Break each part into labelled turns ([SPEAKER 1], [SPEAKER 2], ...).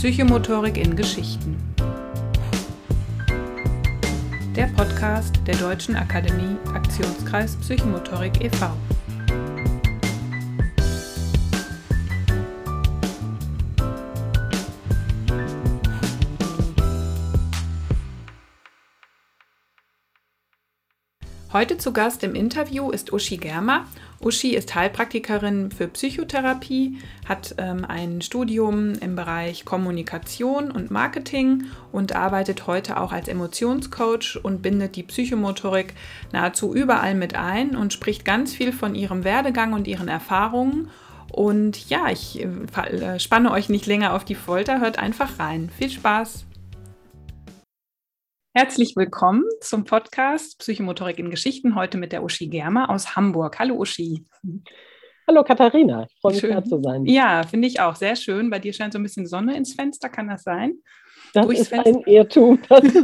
[SPEAKER 1] Psychomotorik in Geschichten. Der Podcast der Deutschen Akademie Aktionskreis Psychomotorik e.V. Heute zu Gast im Interview ist Uschi Germer. Uschi ist Heilpraktikerin für Psychotherapie, hat ein Studium im Bereich Kommunikation und Marketing und arbeitet heute auch als Emotionscoach und bindet die Psychomotorik nahezu überall mit ein und spricht ganz viel von ihrem Werdegang und ihren Erfahrungen. Und ja, ich spanne euch nicht länger auf die Folter, hört einfach rein. Viel Spaß! Herzlich willkommen zum Podcast Psychomotorik in Geschichten, heute mit der Uschi Germer aus Hamburg. Hallo Uschi.
[SPEAKER 2] Hallo Katharina, ich freue mich, da zu sein.
[SPEAKER 1] Ja, finde ich auch sehr schön. Bei dir scheint so ein bisschen Sonne ins Fenster, kann das sein?
[SPEAKER 2] Das ist ein Irrtum, Es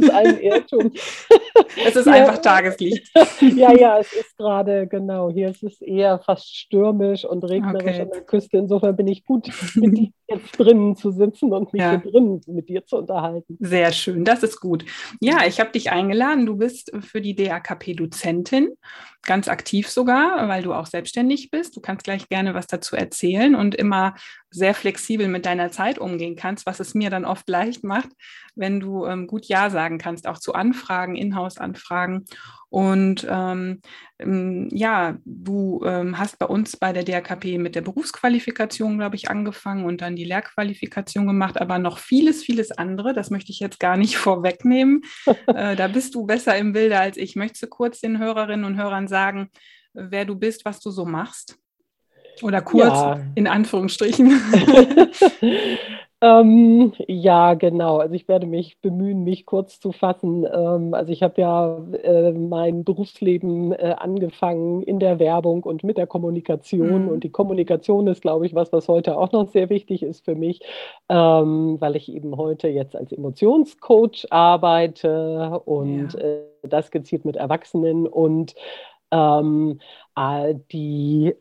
[SPEAKER 1] ist einfach Tageslicht.
[SPEAKER 2] Ja, es ist gerade, genau, hier ist es eher fast stürmisch und regnerisch an der Küste. Insofern bin ich gut bedient, jetzt drinnen zu sitzen und mich hier drinnen mit dir zu unterhalten.
[SPEAKER 1] Sehr schön, das ist gut. Ja, ich habe dich eingeladen, du bist für die DAKP-Dozentin, ganz aktiv sogar, weil du auch selbstständig bist. Du kannst gleich gerne was dazu erzählen und immer sehr flexibel mit deiner Zeit umgehen kannst, was es mir dann oft leicht macht, wenn du gut Ja sagen kannst, auch zu Anfragen, Inhouse-Anfragen. Und du hast bei uns bei der DAKP mit der Berufsqualifikation, glaube ich, angefangen und dann die Lehrqualifikation gemacht, aber noch vieles, vieles andere. Das möchte ich jetzt gar nicht vorwegnehmen. Da bist du besser im Bilde als ich. Möchtest du kurz den Hörerinnen und Hörern sagen, wer du bist, was du so machst? Oder kurz, in Anführungsstrichen.
[SPEAKER 2] Ja, genau. Also ich werde mich bemühen, mich kurz zu fassen. Also ich habe ja mein Berufsleben angefangen in der Werbung und mit der Kommunikation. Und die Kommunikation ist, glaube ich, was heute auch noch sehr wichtig ist für mich, weil ich eben heute jetzt als Emotionscoach arbeite und das gezielt mit Erwachsenen und die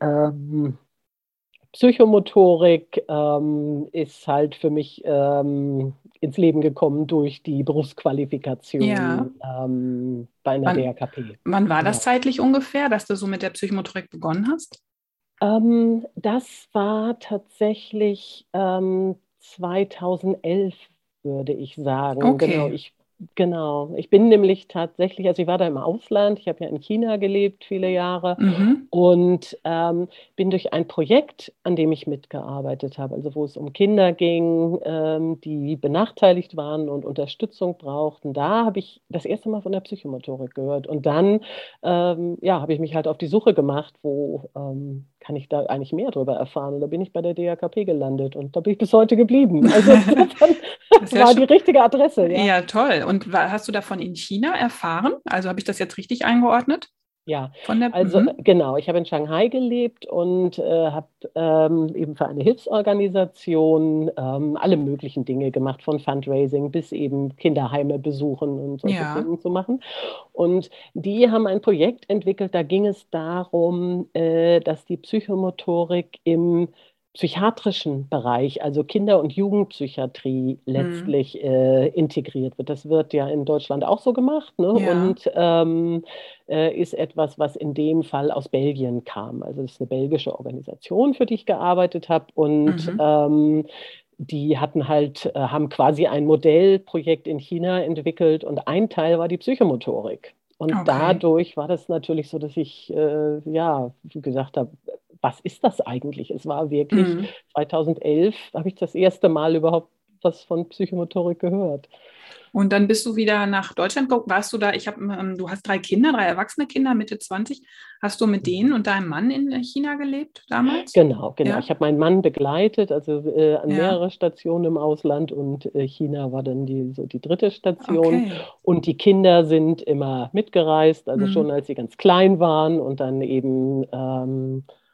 [SPEAKER 2] Psychomotorik ist halt für mich ins Leben gekommen durch die Berufsqualifikation bei einer DAKP.
[SPEAKER 1] Wann war das zeitlich ungefähr, dass du so mit der Psychomotorik begonnen hast?
[SPEAKER 2] Das war tatsächlich 2011, würde ich sagen.
[SPEAKER 1] Okay.
[SPEAKER 2] Genau, ich bin nämlich tatsächlich, also ich war da im Ausland, ich habe ja in China gelebt viele Jahre und bin durch ein Projekt, an dem ich mitgearbeitet habe, also wo es um Kinder ging, die benachteiligt waren und Unterstützung brauchten, da habe ich das erste Mal von der Psychomotorik gehört und dann habe ich mich halt auf die Suche gemacht, wo kann ich da eigentlich mehr darüber erfahren und da bin ich bei der DAKP gelandet und da bin ich bis heute geblieben. Also das war die richtige Adresse.
[SPEAKER 1] Ja, toll. Und hast du davon in China erfahren? Also habe ich das jetzt richtig eingeordnet?
[SPEAKER 2] Ja, genau. Ich habe in Shanghai gelebt und habe eben für eine Hilfsorganisation alle möglichen Dinge gemacht, von Fundraising bis eben Kinderheime besuchen und solche Dinge zu machen. Und die haben ein Projekt entwickelt, da ging es darum, dass die Psychomotorik im psychiatrischen Bereich, also Kinder- und Jugendpsychiatrie letztlich integriert wird. Das wird ja in Deutschland auch so gemacht, ne? Und ist etwas, was in dem Fall aus Belgien kam. Also das ist eine belgische Organisation, für die ich gearbeitet habe und die haben quasi ein Modellprojekt in China entwickelt und ein Teil war die Psychomotorik. Und dadurch war das natürlich so, dass ich gesagt habe, was ist das eigentlich? Es war wirklich 2011, habe ich das erste Mal überhaupt was von Psychomotorik gehört.
[SPEAKER 1] Und dann bist du wieder nach Deutschland, warst du da, du hast 3 Kinder, 3 erwachsene Kinder, Mitte 20. Hast du mit denen und deinem Mann in China gelebt damals?
[SPEAKER 2] Genau. Ja. Ich habe meinen Mann begleitet, also an mehrere Stationen im Ausland und China war dann die 3. Station. Okay. Und die Kinder sind immer mitgereist, also schon als sie ganz klein waren und dann eben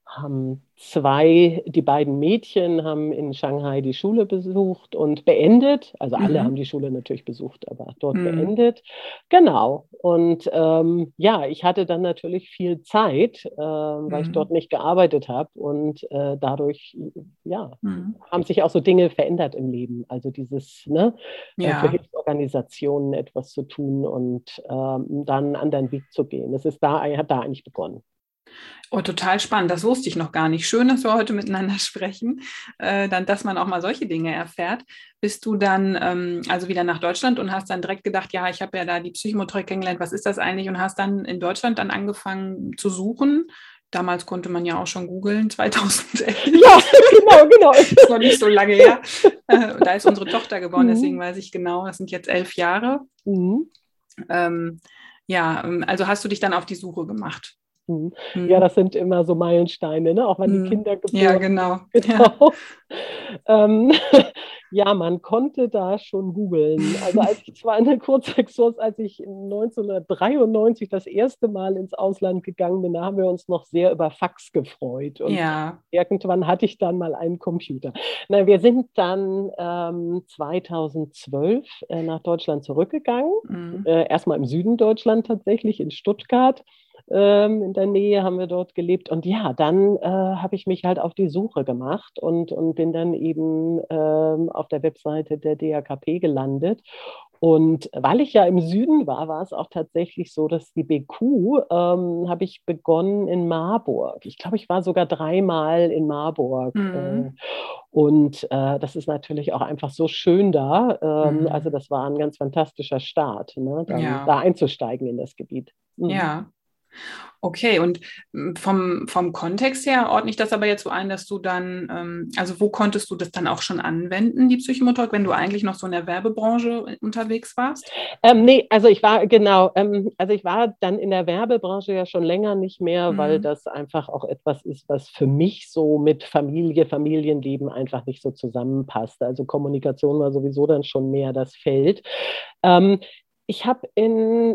[SPEAKER 2] die beiden Mädchen haben in Shanghai die Schule besucht und beendet. Also alle haben die Schule natürlich besucht, aber dort beendet. Genau. Und ja, ich hatte dann natürlich viel Zeit, weil ich dort nicht gearbeitet habe. Und dadurch, ja, haben sich auch so Dinge verändert im Leben. Also dieses, ne, für Hilfsorganisationen etwas zu tun und dann einen anderen Weg zu gehen. Hat da eigentlich begonnen.
[SPEAKER 1] Oh, total spannend. Das wusste ich noch gar nicht. Schön, dass wir heute miteinander sprechen, dann, dass man auch mal solche Dinge erfährt. Bist du dann also wieder nach Deutschland und hast dann direkt gedacht, ja, ich habe ja da die Psychomotorik kennengelernt, was ist das eigentlich? Und hast dann in Deutschland dann angefangen zu suchen. Damals konnte man ja auch schon googeln, 2011.
[SPEAKER 2] Ja, genau.
[SPEAKER 1] Das ist noch nicht so lange her. Da ist unsere Tochter geboren, deswegen weiß ich genau, das sind jetzt 11 Jahre. Ja, also hast du dich dann auf die Suche gemacht?
[SPEAKER 2] Ja, das sind immer so Meilensteine, ne? Auch wenn die Kinder geboren
[SPEAKER 1] Ja, genau.
[SPEAKER 2] Ja, man konnte da schon googeln. Also als ich 1993 das erste Mal ins Ausland gegangen bin, da haben wir uns noch sehr über Fax gefreut. Und irgendwann hatte ich dann mal einen Computer. Na, wir sind dann 2012 nach Deutschland zurückgegangen. Erstmal im Süden Deutschland tatsächlich, in Stuttgart. In der Nähe haben wir dort gelebt. Und ja, dann habe ich mich halt auf die Suche gemacht und bin dann eben auf der Webseite der DAKP gelandet. Und weil ich ja im Süden war, war es auch tatsächlich so, dass die BQ habe ich begonnen in Marburg. Ich glaube, ich war sogar 3-mal in Marburg. Und das ist natürlich auch einfach so schön da. Also das war ein ganz fantastischer Start, ne? Da einzusteigen in das Gebiet.
[SPEAKER 1] Ja. Okay, und vom Kontext her ordne ich das aber jetzt so ein, dass du dann, also wo konntest du das dann auch schon anwenden, die Psychomotorik, wenn du eigentlich noch so in der Werbebranche unterwegs warst?
[SPEAKER 2] Nee, also ich war dann in der Werbebranche ja schon länger nicht mehr, weil das einfach auch etwas ist, was für mich so mit Familienleben einfach nicht so zusammenpasst. Also Kommunikation war sowieso dann schon mehr das Feld. Ich habe in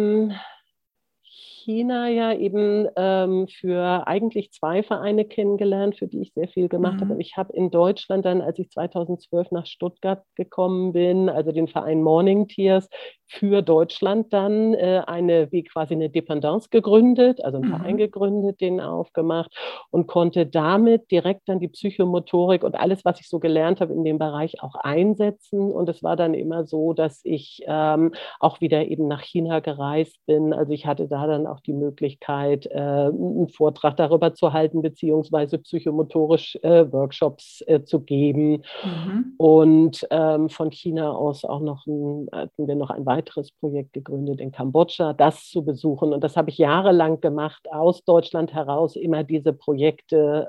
[SPEAKER 2] China ja eben für eigentlich 2 Vereine kennengelernt, für die ich sehr viel gemacht habe. Und ich habe in Deutschland dann, als ich 2012 nach Stuttgart gekommen bin, also den Verein Morning Tears, für Deutschland dann quasi eine Dependance gegründet, also einen Verein gegründet, den aufgemacht und konnte damit direkt dann die Psychomotorik und alles, was ich so gelernt habe in dem Bereich auch einsetzen. Und es war dann immer so, dass ich auch wieder eben nach China gereist bin. Also ich hatte da dann auch die Möglichkeit, einen Vortrag darüber zu halten, beziehungsweise psychomotorisch Workshops zu geben. Und von China aus hatten wir noch ein weiteres Projekt gegründet in Kambodscha, das zu besuchen. Und das habe ich jahrelang gemacht, aus Deutschland heraus, immer diese Projekte,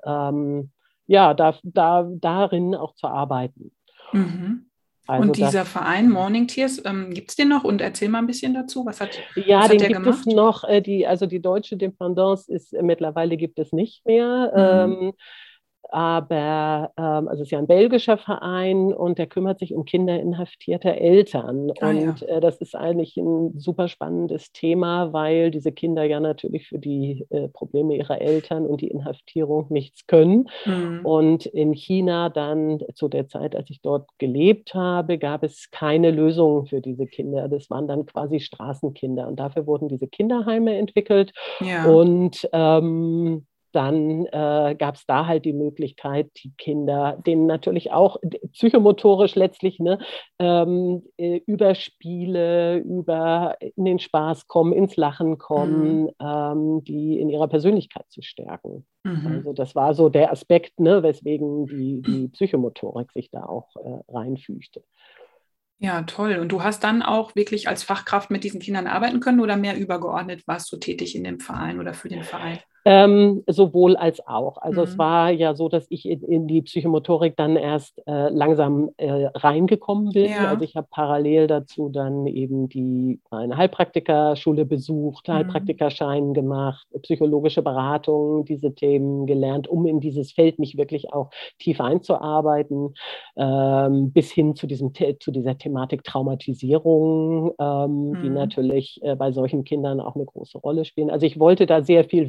[SPEAKER 2] darin auch zu arbeiten.
[SPEAKER 1] Also und dieser Verein Morning Tears, gibt es den noch? Und erzähl mal ein bisschen dazu. Was hat der
[SPEAKER 2] gibt gemacht? Es noch. Die deutsche Dependance mittlerweile gibt es nicht mehr. Aber also es ist ja ein belgischer Verein und der kümmert sich um Kinder inhaftierter Eltern. Das ist eigentlich ein super spannendes Thema, weil diese Kinder ja natürlich für die Probleme ihrer Eltern und die Inhaftierung nichts können. Und in China dann zu der Zeit, als ich dort gelebt habe, gab es keine Lösung für diese Kinder. Das waren dann quasi Straßenkinder. Und dafür wurden diese Kinderheime entwickelt. Und dann gab es da halt die Möglichkeit, die Kinder, denen natürlich auch psychomotorisch letztlich über Spiele, über in den Spaß kommen, ins Lachen kommen, die in ihrer Persönlichkeit zu stärken. Also das war so der Aspekt, ne, weswegen die Psychomotorik sich da auch reinfügte.
[SPEAKER 1] Ja, toll. Und du hast dann auch wirklich als Fachkraft mit diesen Kindern arbeiten können oder mehr übergeordnet warst du tätig in dem Verein oder für den Verein?
[SPEAKER 2] Sowohl als auch. Also es war ja so, dass ich in die Psychomotorik dann erst langsam reingekommen bin. Also ich habe parallel dazu dann eben eine Heilpraktikerschule besucht, Heilpraktikerschein gemacht, psychologische Beratung, diese Themen gelernt, um in dieses Feld mich wirklich auch tief einzuarbeiten, bis hin zu dieser Thematik Traumatisierung, die natürlich bei solchen Kindern auch eine große Rolle spielen. Also ich wollte da sehr viel wissen, ne?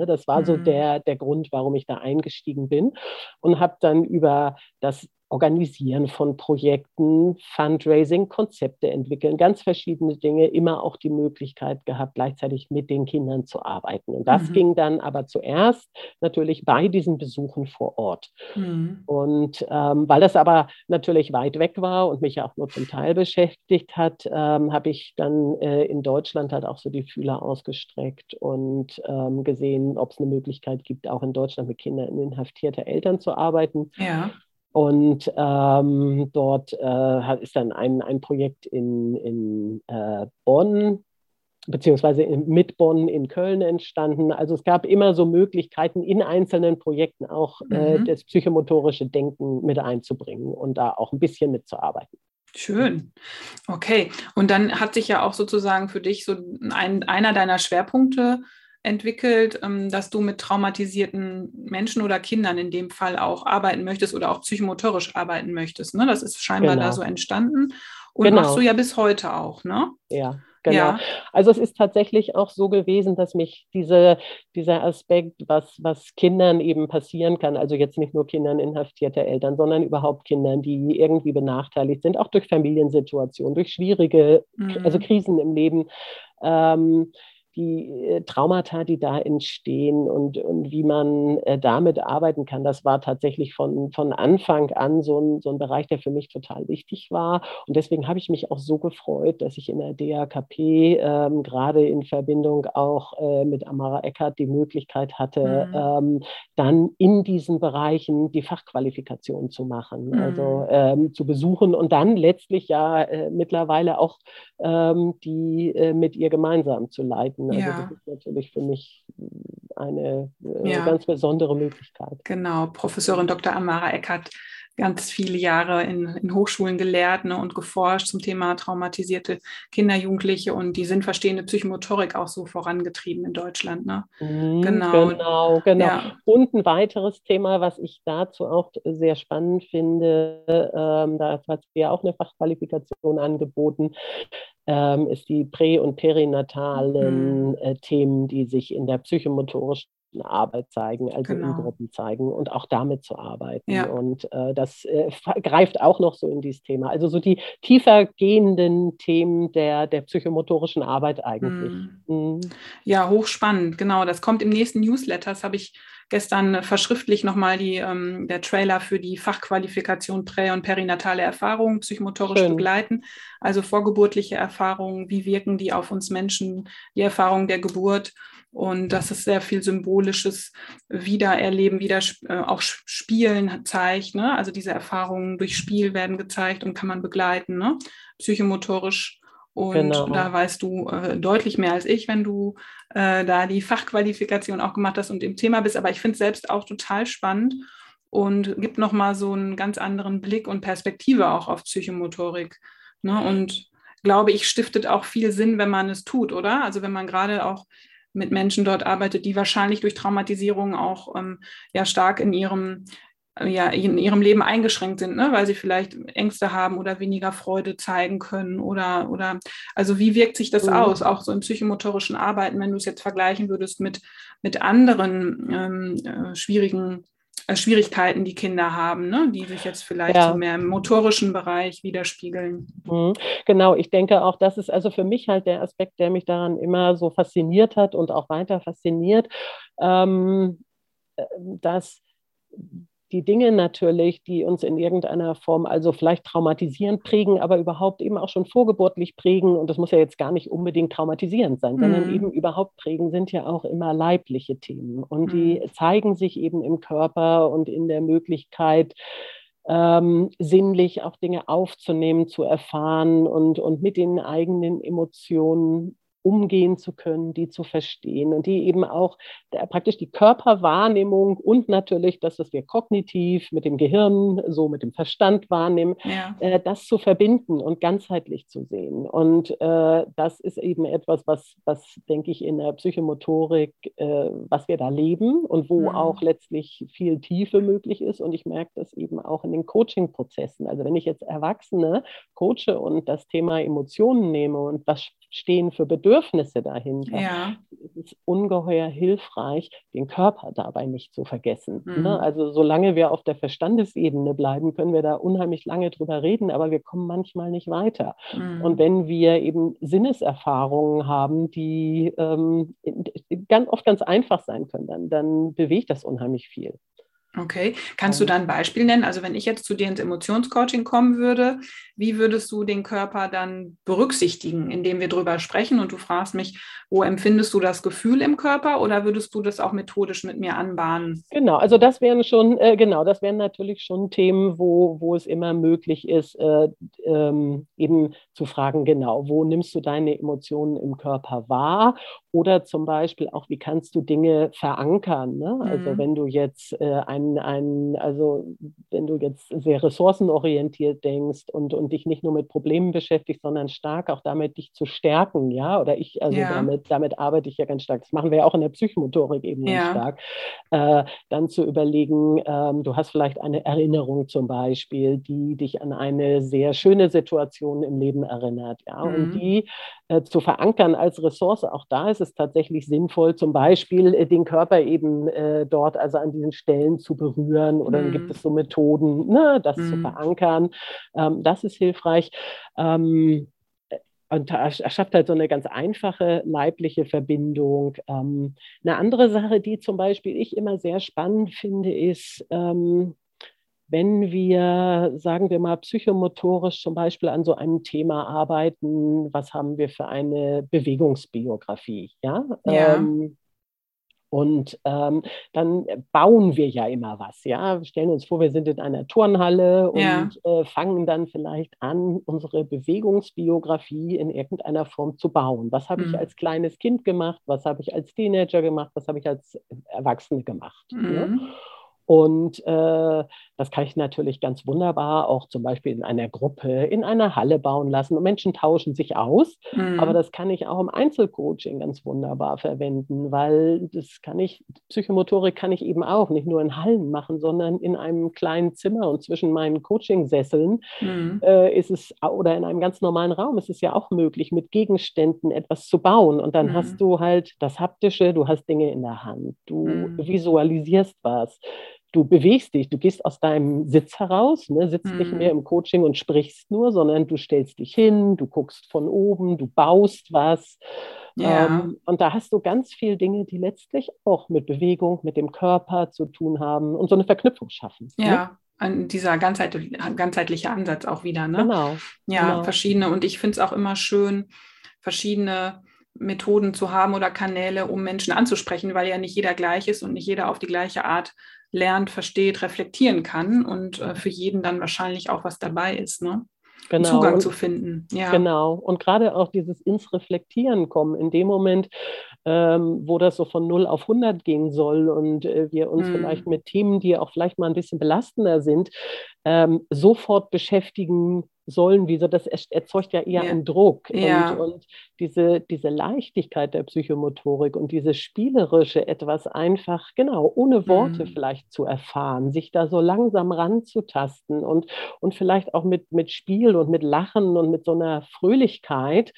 [SPEAKER 2] Ne? Das war so der Grund, warum ich da eingestiegen bin und habe dann über das Organisieren von Projekten, Fundraising, Konzepte entwickeln, ganz verschiedene Dinge, immer auch die Möglichkeit gehabt, gleichzeitig mit den Kindern zu arbeiten. Und das ging dann aber zuerst natürlich bei diesen Besuchen vor Ort. Und weil das aber natürlich weit weg war und mich auch nur zum Teil beschäftigt hat, habe ich dann in Deutschland halt auch so die Fühler ausgestreckt und gesehen, ob es eine Möglichkeit gibt, auch in Deutschland mit Kindern inhaftierter Eltern zu arbeiten.
[SPEAKER 1] Ja.
[SPEAKER 2] Und dort ist dann ein Projekt in Bonn, beziehungsweise mit Bonn in Köln entstanden. Also es gab immer so Möglichkeiten, in einzelnen Projekten auch das psychomotorische Denken mit einzubringen und da auch ein bisschen mitzuarbeiten.
[SPEAKER 1] Schön. Okay. Und dann hat sich ja auch sozusagen für dich so einer deiner Schwerpunkte entwickelt, dass du mit traumatisierten Menschen oder Kindern in dem Fall auch arbeiten möchtest oder auch psychomotorisch arbeiten möchtest. Ne? Das ist scheinbar da so entstanden und machst du ja bis heute auch, ne?
[SPEAKER 2] Ja, genau. Also es ist tatsächlich auch so gewesen, dass mich dieser Aspekt, was Kindern eben passieren kann, also jetzt nicht nur Kindern inhaftierter Eltern, sondern überhaupt Kindern, die irgendwie benachteiligt sind, auch durch Familiensituationen, durch schwierige, also Krisen im Leben, die Traumata, die da entstehen und wie man damit arbeiten kann, das war tatsächlich von Anfang an so ein Bereich, der für mich total wichtig war. Und deswegen habe ich mich auch so gefreut, dass ich in der DAKP gerade in Verbindung auch mit Amara Eckert die Möglichkeit hatte, dann in diesen Bereichen die Fachqualifikation zu machen, also zu besuchen und dann letztlich ja mittlerweile auch die mit ihr gemeinsam zu leiten. Also das ist natürlich für mich eine ganz besondere Möglichkeit.
[SPEAKER 1] Genau, Professorin Dr. Amara Eckert, ganz viele Jahre in Hochschulen gelehrt, ne, und geforscht zum Thema traumatisierte Kinder, Jugendliche und die sinnverstehende Psychomotorik auch so vorangetrieben in Deutschland. Ne?
[SPEAKER 2] Genau. Ja. Und ein weiteres Thema, was ich dazu auch sehr spannend finde, da hat sie ja auch eine Fachqualifikation angeboten, ist die prä- und perinatalen Themen, die sich in der psychomotorischen Arbeit zeigen, also in Gruppen zeigen und auch damit zu arbeiten. Ja. Und das greift auch noch so in dieses Thema. Also so die tiefer gehenden Themen der psychomotorischen Arbeit eigentlich.
[SPEAKER 1] Ja, hochspannend, genau. Das kommt im nächsten Newsletter. Das habe ich gestern verschriftlicht nochmal der Trailer für die Fachqualifikation Prä- und Perinatale Erfahrungen, psychomotorisch begleiten. Also vorgeburtliche Erfahrungen, wie wirken die auf uns Menschen, die Erfahrung der Geburt. Und das ist sehr viel symbolisches Wiedererleben, auch Spielen zeigt. Ne? Also diese Erfahrungen durch Spiel werden gezeigt und kann man begleiten, ne? Psychomotorisch. Und da weißt du deutlich mehr als ich, wenn du da die Fachqualifikation auch gemacht hast und im Thema bist. Aber ich finde es selbst auch total spannend und gibt nochmal so einen ganz anderen Blick und Perspektive auch auf Psychomotorik. Ne? Und glaube ich, stiftet auch viel Sinn, wenn man es tut, oder? Also wenn man gerade auch mit Menschen dort arbeitet, die wahrscheinlich durch Traumatisierung auch stark in ihrem Leben eingeschränkt sind, ne? Weil sie vielleicht Ängste haben oder weniger Freude zeigen können oder also wie wirkt sich das aus, auch so im psychomotorischen Arbeiten, wenn du es jetzt vergleichen würdest mit anderen Schwierigkeiten, die Kinder haben, ne? Die sich jetzt vielleicht so mehr im motorischen Bereich widerspiegeln.
[SPEAKER 2] Genau, ich denke auch, das ist also für mich halt der Aspekt, der mich daran immer so fasziniert hat und auch weiter fasziniert, dass die Dinge natürlich, die uns in irgendeiner Form also vielleicht traumatisieren, prägen, aber überhaupt eben auch schon vorgeburtlich prägen. Und das muss ja jetzt gar nicht unbedingt traumatisierend sein, sondern eben überhaupt prägen sind ja auch immer leibliche Themen. Und die zeigen sich eben im Körper und in der Möglichkeit, sinnlich auch Dinge aufzunehmen, zu erfahren und mit den eigenen Emotionen umgehen zu können, die zu verstehen und die eben auch praktisch die Körperwahrnehmung und natürlich das, was wir kognitiv mit dem Gehirn, so mit dem Verstand wahrnehmen, das zu verbinden und ganzheitlich zu sehen. Und das ist eben etwas, was denke ich, in der Psychomotorik, was wir da leben und wo auch letztlich viel Tiefe möglich ist. Und ich merke das eben auch in den Coaching-Prozessen. Also wenn ich jetzt Erwachsene coache und das Thema Emotionen nehme und was stehen für Bedürfnisse Bedürfnisse dahinter,
[SPEAKER 1] Ja.
[SPEAKER 2] ist es ungeheuer hilfreich, den Körper dabei nicht zu vergessen. Ne?
[SPEAKER 1] Mhm.
[SPEAKER 2] Also solange wir auf der Verstandesebene bleiben, können wir da unheimlich lange drüber reden, aber wir kommen manchmal nicht weiter. Und
[SPEAKER 1] Mhm.
[SPEAKER 2] wenn wir eben Sinneserfahrungen haben, die ganz oft ganz einfach sein können, dann bewegt das unheimlich viel.
[SPEAKER 1] Okay. Kannst du da ein Beispiel nennen? Also wenn ich jetzt zu dir ins Emotionscoaching kommen würde, wie würdest du den Körper dann berücksichtigen, indem wir drüber sprechen und du fragst mich, wo empfindest du das Gefühl im Körper oder würdest du das auch methodisch mit mir anbahnen?
[SPEAKER 2] Genau, also das wären schon, genau, das wären natürlich schon Themen, wo es immer möglich ist, eben zu fragen, genau, wo nimmst du deine Emotionen im Körper wahr? Oder zum Beispiel auch, wie kannst du Dinge verankern? Ne? Also
[SPEAKER 1] Mhm.
[SPEAKER 2] wenn du jetzt also wenn du jetzt sehr ressourcenorientiert denkst und dich nicht nur mit Problemen beschäftigst, sondern stark auch damit, dich zu stärken, ja, oder also
[SPEAKER 1] Ja,
[SPEAKER 2] damit arbeite ich ja ganz stark. Das machen wir ja auch in der Psychomotorik eben ganz
[SPEAKER 1] ja.
[SPEAKER 2] stark. Dann zu überlegen, du hast vielleicht eine Erinnerung zum Beispiel, die dich an eine sehr schöne Situation im Leben erinnert, ja, und
[SPEAKER 1] Mhm.
[SPEAKER 2] die zu verankern als Ressource. Auch da ist es tatsächlich sinnvoll, zum Beispiel den Körper eben dort, also an diesen Stellen zu berühren, oder dann gibt
[SPEAKER 1] Mhm.
[SPEAKER 2] es so Methoden, ne, das zu
[SPEAKER 1] Mhm.
[SPEAKER 2] verankern. Das ist hilfreich. Ähm, und erschafft halt so eine ganz einfache leibliche Verbindung. Eine andere Sache, die zum Beispiel ich immer sehr spannend finde, ist, wenn wir, sagen wir mal, psychomotorisch zum Beispiel an so einem Thema arbeiten, was haben wir für eine Bewegungsbiografie? Ja?
[SPEAKER 1] Ja,
[SPEAKER 2] Und dann bauen wir ja immer was. Ja? Wir stellen uns vor, wir sind in einer Turnhalle
[SPEAKER 1] ja.
[SPEAKER 2] und fangen dann vielleicht an, unsere Bewegungsbiografie in irgendeiner Form zu bauen. Was habe ich
[SPEAKER 1] Mhm.
[SPEAKER 2] als kleines Kind gemacht? Was habe ich als Teenager gemacht? Was habe ich als Erwachsene gemacht? Ne?
[SPEAKER 1] Mhm.
[SPEAKER 2] Und das kann ich natürlich ganz wunderbar auch zum Beispiel in einer Gruppe, in einer Halle bauen lassen. Und Menschen tauschen sich aus, aber
[SPEAKER 1] Mhm.
[SPEAKER 2] das kann ich auch im Einzelcoaching ganz wunderbar verwenden, weil Psychomotorik kann ich eben auch nicht nur in Hallen machen, sondern in einem kleinen Zimmer und zwischen meinen Coachingsesseln
[SPEAKER 1] Mhm.
[SPEAKER 2] ist es, oder in einem ganz normalen Raum ist es ja auch möglich, mit Gegenständen etwas zu bauen. Und dann hast
[SPEAKER 1] Mhm.
[SPEAKER 2] du halt das Haptische, du hast Dinge in der Hand, du
[SPEAKER 1] Mhm.
[SPEAKER 2] visualisierst was. Du bewegst dich, du gehst aus deinem Sitz heraus, ne, sitzt nicht mehr
[SPEAKER 1] Mhm.
[SPEAKER 2] im Coaching und sprichst nur, sondern du stellst dich hin, du guckst von oben, du baust was.
[SPEAKER 1] Ja,
[SPEAKER 2] Und da hast du ganz viele Dinge, die letztlich auch mit Bewegung, mit dem Körper zu tun haben und so eine Verknüpfung schaffen. Ne?
[SPEAKER 1] ja. Dieser ganzheitliche Ansatz auch wieder, ne?
[SPEAKER 2] Genau,
[SPEAKER 1] Ja,
[SPEAKER 2] genau.
[SPEAKER 1] verschiedene. Und ich finde es auch immer schön, verschiedene Methoden zu haben oder Kanäle, um Menschen anzusprechen, weil ja nicht jeder gleich ist und nicht jeder auf die gleiche Art lernt, versteht, reflektieren kann und für jeden dann wahrscheinlich auch was dabei ist, ne? Einen
[SPEAKER 2] Genau,
[SPEAKER 1] Zugang
[SPEAKER 2] und
[SPEAKER 1] zu finden. Ja.
[SPEAKER 2] genau. Und gerade auch dieses ins Reflektieren kommen, in dem Moment, wo das so von 0 auf 100 gehen soll und wir uns vielleicht
[SPEAKER 1] Hm.
[SPEAKER 2] mit Themen, die auch vielleicht mal ein bisschen belastender sind, sofort beschäftigen sollen, wie so, das erzeugt ja eher
[SPEAKER 1] Ja.
[SPEAKER 2] einen Druck.
[SPEAKER 1] Ja.
[SPEAKER 2] Und diese Leichtigkeit der Psychomotorik und dieses Spielerische, etwas einfach, genau, ohne Worte
[SPEAKER 1] Hm.
[SPEAKER 2] vielleicht zu erfahren, sich da so langsam ranzutasten und vielleicht auch mit Spiel und mit Lachen und mit so einer Fröhlichkeit,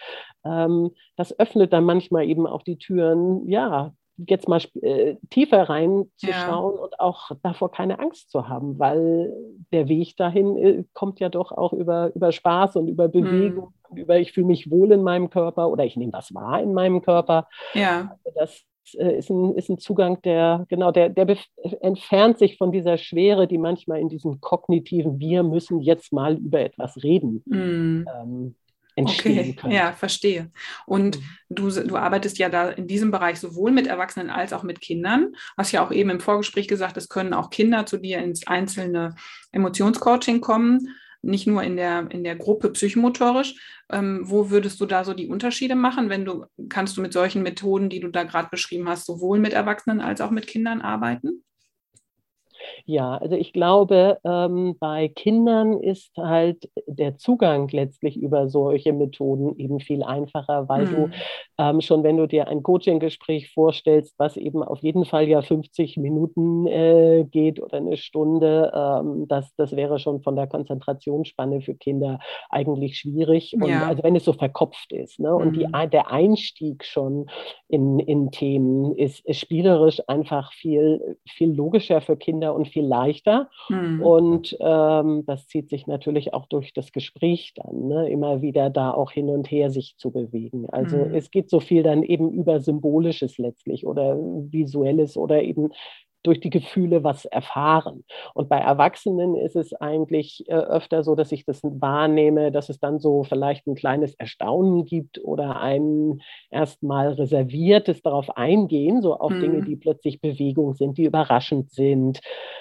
[SPEAKER 2] das öffnet dann manchmal eben auch die Türen, ja, jetzt mal tiefer
[SPEAKER 1] Ja.
[SPEAKER 2] reinzuschauen und auch davor keine Angst zu haben, weil der Weg dahin kommt ja doch auch über Spaß und über Bewegung,
[SPEAKER 1] Hm.
[SPEAKER 2] über ich fühle mich wohl in meinem Körper oder ich nehme was wahr in meinem Körper.
[SPEAKER 1] Ja.
[SPEAKER 2] Also das ist ein Zugang, genau, der entfernt sich von dieser Schwere, die manchmal in diesem kognitiven Wir müssen jetzt mal über etwas reden,
[SPEAKER 1] Hm.
[SPEAKER 2] ähm, entstehen
[SPEAKER 1] Okay, ja,
[SPEAKER 2] könnte.
[SPEAKER 1] verstehe. Und
[SPEAKER 2] Mhm.
[SPEAKER 1] du arbeitest ja da in diesem Bereich sowohl mit Erwachsenen als auch mit Kindern. Hast ja auch eben im Vorgespräch gesagt, es können auch Kinder zu dir ins einzelne Emotionscoaching kommen, nicht nur in der Gruppe psychomotorisch. Wo würdest du da so die Unterschiede machen, kannst du mit solchen Methoden, die du da gerade beschrieben hast, sowohl mit Erwachsenen als auch mit Kindern arbeiten?
[SPEAKER 2] Ja, also ich glaube, bei Kindern ist halt der Zugang letztlich über solche Methoden eben viel einfacher, weil du
[SPEAKER 1] Hm.
[SPEAKER 2] schon, wenn du dir ein Coaching-Gespräch vorstellst, was eben auf jeden Fall ja 50 Minuten geht oder eine Stunde, das wäre schon von der Konzentrationsspanne für Kinder eigentlich schwierig. Und
[SPEAKER 1] Ja.
[SPEAKER 2] also wenn es so verkopft ist, ne? Und
[SPEAKER 1] Hm.
[SPEAKER 2] der Einstieg schon in Themen ist spielerisch einfach viel logischer für Kinder und viel leichter.
[SPEAKER 1] Hm.
[SPEAKER 2] Und das zieht sich natürlich auch durch das Gespräch dann, ne? Immer wieder da auch hin und her sich zu bewegen. Also
[SPEAKER 1] Hm.
[SPEAKER 2] es geht so viel dann eben über Symbolisches letztlich oder Visuelles oder eben durch die Gefühle was erfahren. Und bei Erwachsenen ist es eigentlich öfter so, dass ich das wahrnehme, dass es dann so vielleicht ein kleines Erstaunen gibt oder ein erstmal reserviertes darauf eingehen, so auf Dinge, die
[SPEAKER 1] Hm.
[SPEAKER 2] plötzlich Bewegung sind, die überraschend sind.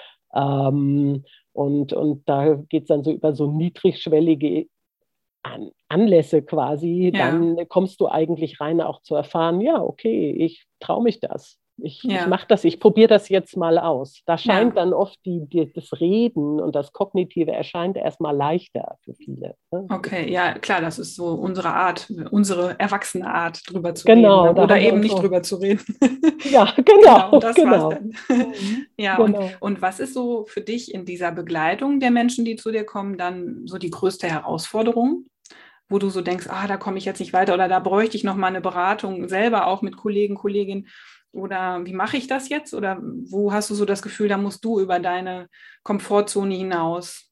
[SPEAKER 2] Und da geht es dann so über so niedrigschwellige Anlässe quasi,
[SPEAKER 1] Ja.
[SPEAKER 2] dann kommst du eigentlich rein auch zu erfahren, ja, okay, ich traue mich das. Ich
[SPEAKER 1] Ja.
[SPEAKER 2] mache das, ich probiere das jetzt mal aus. Da scheint
[SPEAKER 1] Ja.
[SPEAKER 2] dann oft das Reden und das Kognitive erscheint erstmal leichter für viele. Ne?
[SPEAKER 1] Okay, ja, klar, das ist so unsere Art, unsere erwachsene Art, drüber zu reden,
[SPEAKER 2] Genau,
[SPEAKER 1] ne?
[SPEAKER 2] da
[SPEAKER 1] Oder
[SPEAKER 2] haben wir
[SPEAKER 1] eben
[SPEAKER 2] uns
[SPEAKER 1] nicht
[SPEAKER 2] so.
[SPEAKER 1] drüber zu reden.
[SPEAKER 2] Ja,
[SPEAKER 1] Genau, und
[SPEAKER 2] genau,
[SPEAKER 1] das war's
[SPEAKER 2] genau.
[SPEAKER 1] dann.
[SPEAKER 2] Mhm,
[SPEAKER 1] Ja,
[SPEAKER 2] genau.
[SPEAKER 1] und was ist so für dich in dieser Begleitung der Menschen, die zu dir kommen, dann so die größte Herausforderung, wo du so denkst, ah, da komme ich jetzt nicht weiter oder da bräuchte ich noch mal eine Beratung selber auch mit Kollegen, Kolleginnen oder wie mache ich das jetzt? Oder wo hast du so das Gefühl, da musst du über deine Komfortzone hinaus?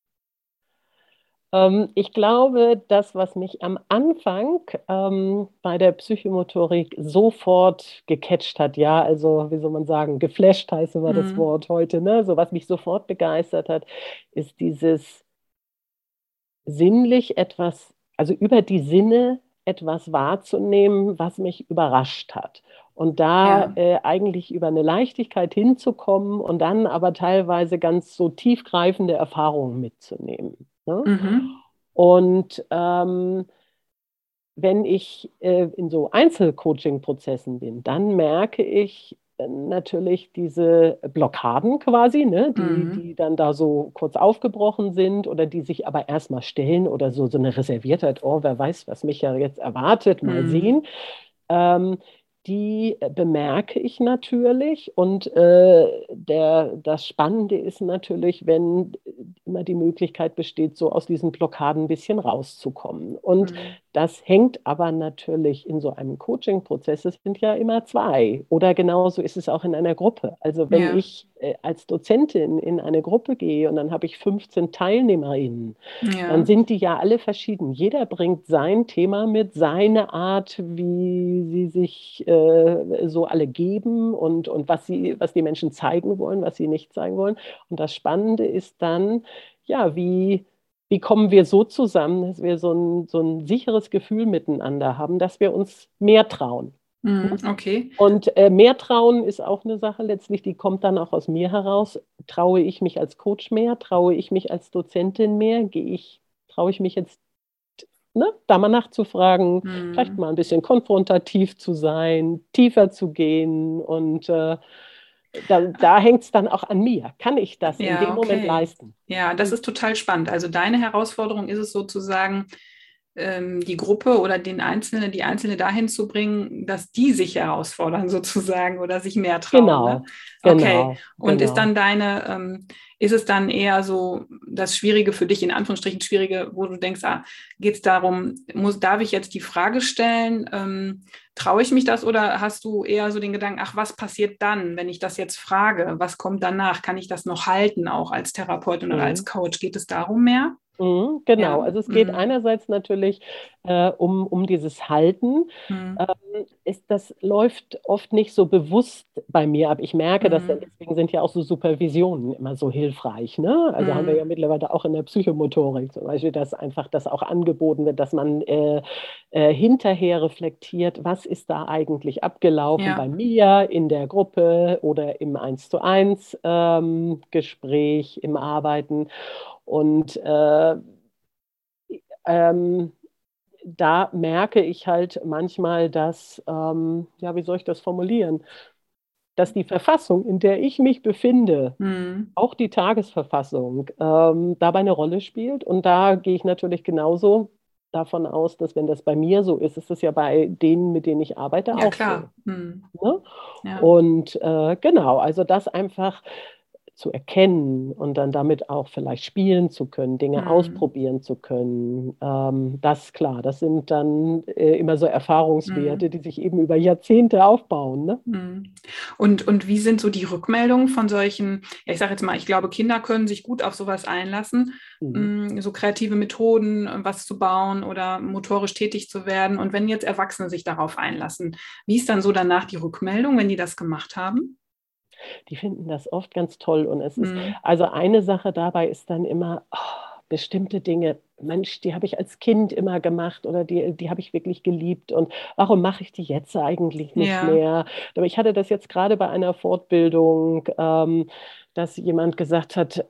[SPEAKER 2] Ich glaube, das, was mich am Anfang bei der Psychomotorik sofort gecatcht hat, ja, also wie soll man sagen, geflasht heißt immer das
[SPEAKER 1] Mhm.
[SPEAKER 2] Wort heute, ne? So was mich sofort begeistert hat, ist dieses sinnlich etwas, also über die Sinne etwas wahrzunehmen, was mich überrascht hat. Und da
[SPEAKER 1] Ja.
[SPEAKER 2] eigentlich über eine Leichtigkeit hinzukommen und dann aber teilweise ganz so tiefgreifende Erfahrungen mitzunehmen. Ne?
[SPEAKER 1] Mhm.
[SPEAKER 2] Und wenn ich in so Einzelcoaching-Prozessen bin, dann merke ich natürlich diese Blockaden quasi, ne,
[SPEAKER 1] Mhm.
[SPEAKER 2] die dann da so kurz aufgebrochen sind oder die sich aber erstmal stellen oder so eine Reserviertheit, oh, wer weiß, was mich ja jetzt erwartet, mal
[SPEAKER 1] Mhm.
[SPEAKER 2] sehen. Ähm, Die bemerke ich natürlich und das Spannende ist natürlich, wenn immer die Möglichkeit besteht, so aus diesen Blockaden ein bisschen rauszukommen. Und
[SPEAKER 1] Mhm.
[SPEAKER 2] das hängt aber natürlich in so einem Coaching-Prozess, es sind ja immer zwei oder genauso ist es auch in einer Gruppe. Also wenn
[SPEAKER 1] Ja.
[SPEAKER 2] ich als Dozentin in eine Gruppe gehe und dann habe ich 15 TeilnehmerInnen, dann
[SPEAKER 1] Ja.
[SPEAKER 2] sind die ja alle verschieden. Jeder bringt sein Thema mit, seine Art, wie sie sich so alle geben und was die Menschen zeigen wollen, was sie nicht zeigen wollen. Und das Spannende ist dann, ja, wie kommen wir so zusammen, dass wir so ein sicheres Gefühl miteinander haben, dass wir uns mehr trauen.
[SPEAKER 1] Mhm. Okay.
[SPEAKER 2] Und mehr trauen ist auch eine Sache letztlich, die kommt dann auch aus mir heraus. Traue ich mich als Coach mehr? Traue ich mich als Dozentin mehr? Traue ich mich jetzt, ne, da mal nachzufragen, vielleicht
[SPEAKER 1] Mhm.
[SPEAKER 2] mal ein bisschen konfrontativ zu sein, tiefer zu gehen und da hängt es dann auch an mir. Kann ich das in dem
[SPEAKER 1] Ja,
[SPEAKER 2] Moment
[SPEAKER 1] okay.
[SPEAKER 2] leisten?
[SPEAKER 1] Ja, das
[SPEAKER 2] Und
[SPEAKER 1] ist total spannend. Also deine Herausforderung ist es sozusagen, die Gruppe oder die Einzelne dahin zu bringen, dass die sich herausfordern sozusagen oder sich mehr trauen. Ne?
[SPEAKER 2] genau,
[SPEAKER 1] Okay.
[SPEAKER 2] genau,
[SPEAKER 1] Und
[SPEAKER 2] genau.
[SPEAKER 1] ist es dann eher so das Schwierige für dich, in Anführungsstrichen Schwierige, wo du denkst, geht es darum, darf ich jetzt die Frage stellen, traue ich mich das oder hast du eher so den Gedanken, ach, was passiert dann, wenn ich das jetzt frage? Was kommt danach? Kann ich das noch halten, auch als Therapeutin oder als
[SPEAKER 2] Mhm.
[SPEAKER 1] Coach? Geht es darum mehr?
[SPEAKER 2] Genau,
[SPEAKER 1] Ja.
[SPEAKER 2] also es geht
[SPEAKER 1] Mhm.
[SPEAKER 2] einerseits natürlich um dieses Halten.
[SPEAKER 1] Mhm.
[SPEAKER 2] Ähm, das läuft oft nicht so bewusst bei mir ab. Ich merke das, denn
[SPEAKER 1] Mhm.
[SPEAKER 2] deswegen sind ja auch so Supervisionen immer so hilfreich. Ne? Also haben wir ja
[SPEAKER 1] Mhm.
[SPEAKER 2] mittlerweile auch in der Psychomotorik zum Beispiel, dass einfach das auch angeboten wird, dass man hinterher reflektiert, was ist da eigentlich abgelaufen bei
[SPEAKER 1] Ja.
[SPEAKER 2] mir in der Gruppe oder im Eins-zu-eins Gespräch, im Arbeiten. Und ähm, da merke ich halt manchmal, dass, ja, wie soll ich das formulieren? dass die Verfassung, in der ich mich befinde,
[SPEAKER 1] Mhm.
[SPEAKER 2] auch die Tagesverfassung, dabei eine Rolle spielt. Und da gehe ich natürlich genauso davon aus, dass wenn das bei mir so ist, ist es ja bei denen, mit denen ich arbeite,
[SPEAKER 1] Ja,
[SPEAKER 2] auch so.
[SPEAKER 1] klar. Mhm.
[SPEAKER 2] Ne?
[SPEAKER 1] Ja.
[SPEAKER 2] Und genau, also das einfach zu erkennen und dann damit auch vielleicht spielen zu können, Dinge
[SPEAKER 1] Mhm.
[SPEAKER 2] ausprobieren zu können, das klar, das sind dann immer so Erfahrungswerte,
[SPEAKER 1] Mhm.
[SPEAKER 2] die sich eben über Jahrzehnte aufbauen. Ne?
[SPEAKER 1] Mhm. Und wie sind so die Rückmeldungen von solchen, ja, ich sage jetzt mal, ich glaube, Kinder können sich gut auf sowas einlassen,
[SPEAKER 2] Mhm.
[SPEAKER 1] so kreative Methoden, was zu bauen oder motorisch tätig zu werden. Und wenn jetzt Erwachsene sich darauf einlassen, wie ist dann so danach die Rückmeldung, wenn die das gemacht haben?
[SPEAKER 2] Die finden das oft ganz toll. Und es ist,
[SPEAKER 1] Mhm.
[SPEAKER 2] also eine Sache dabei ist dann immer, bestimmte Dinge, Mensch, die habe ich als Kind immer gemacht oder die habe ich wirklich geliebt. Und warum mache ich die jetzt eigentlich nicht
[SPEAKER 1] Ja.
[SPEAKER 2] mehr? Aber ich hatte das jetzt gerade bei einer Fortbildung, dass jemand gesagt hat,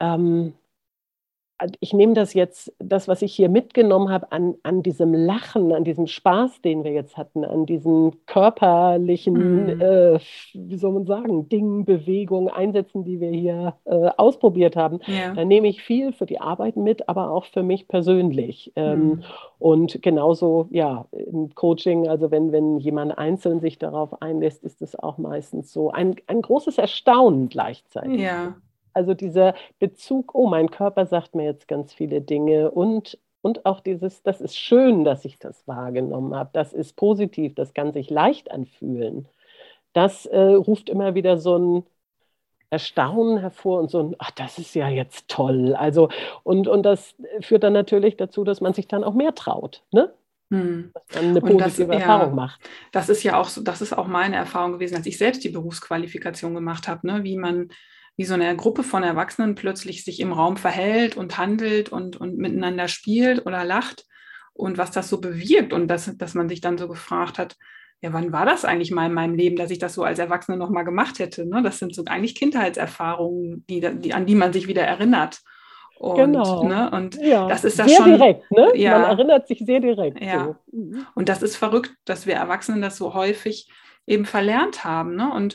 [SPEAKER 2] ich nehme das jetzt, das, was ich hier mitgenommen habe, an diesem Lachen, an diesem Spaß, den wir jetzt hatten, an diesen körperlichen,
[SPEAKER 1] Mhm.
[SPEAKER 2] wie soll man sagen, Dingen, Bewegungen, Einsätzen, die wir hier ausprobiert haben.
[SPEAKER 1] Ja.
[SPEAKER 2] Da nehme ich viel für die Arbeit mit, aber auch für mich persönlich.
[SPEAKER 1] Mhm.
[SPEAKER 2] Und genauso, ja, im Coaching, also wenn jemand einzeln sich darauf einlässt, ist es auch meistens so ein großes Erstaunen gleichzeitig.
[SPEAKER 1] Ja.
[SPEAKER 2] Also dieser Bezug, oh, mein Körper sagt mir jetzt ganz viele Dinge und auch dieses, das ist schön, dass ich das wahrgenommen habe, das ist positiv, das kann sich leicht anfühlen. Das ruft immer wieder so ein Erstaunen hervor und so ein, ach, das ist ja jetzt toll. Also, und das führt dann natürlich dazu, dass man sich dann auch mehr traut, ne?
[SPEAKER 1] Mhm.
[SPEAKER 2] Dass man eine
[SPEAKER 1] Und das,
[SPEAKER 2] positive Erfahrung
[SPEAKER 1] ja,
[SPEAKER 2] macht.
[SPEAKER 1] das ist ja auch so, das ist auch meine Erfahrung gewesen, als ich selbst die Berufsqualifikation gemacht habe, ne? Wie so eine Gruppe von Erwachsenen plötzlich sich im Raum verhält und handelt und miteinander spielt oder lacht und was das so bewirkt und dass man sich dann so gefragt hat, ja, wann war das eigentlich mal in meinem Leben, dass ich das so als Erwachsene nochmal gemacht hätte, ne? Das sind so eigentlich Kindheitserfahrungen, an die man sich wieder erinnert. Und,
[SPEAKER 2] Genau.
[SPEAKER 1] ne, und
[SPEAKER 2] Ja,
[SPEAKER 1] das ist das
[SPEAKER 2] sehr
[SPEAKER 1] schon,
[SPEAKER 2] direkt, ne? Man
[SPEAKER 1] ja,
[SPEAKER 2] erinnert sich sehr direkt
[SPEAKER 1] ja.
[SPEAKER 2] so. Mhm.
[SPEAKER 1] Und das ist verrückt, dass wir Erwachsenen das so häufig eben verlernt haben. Ne? Und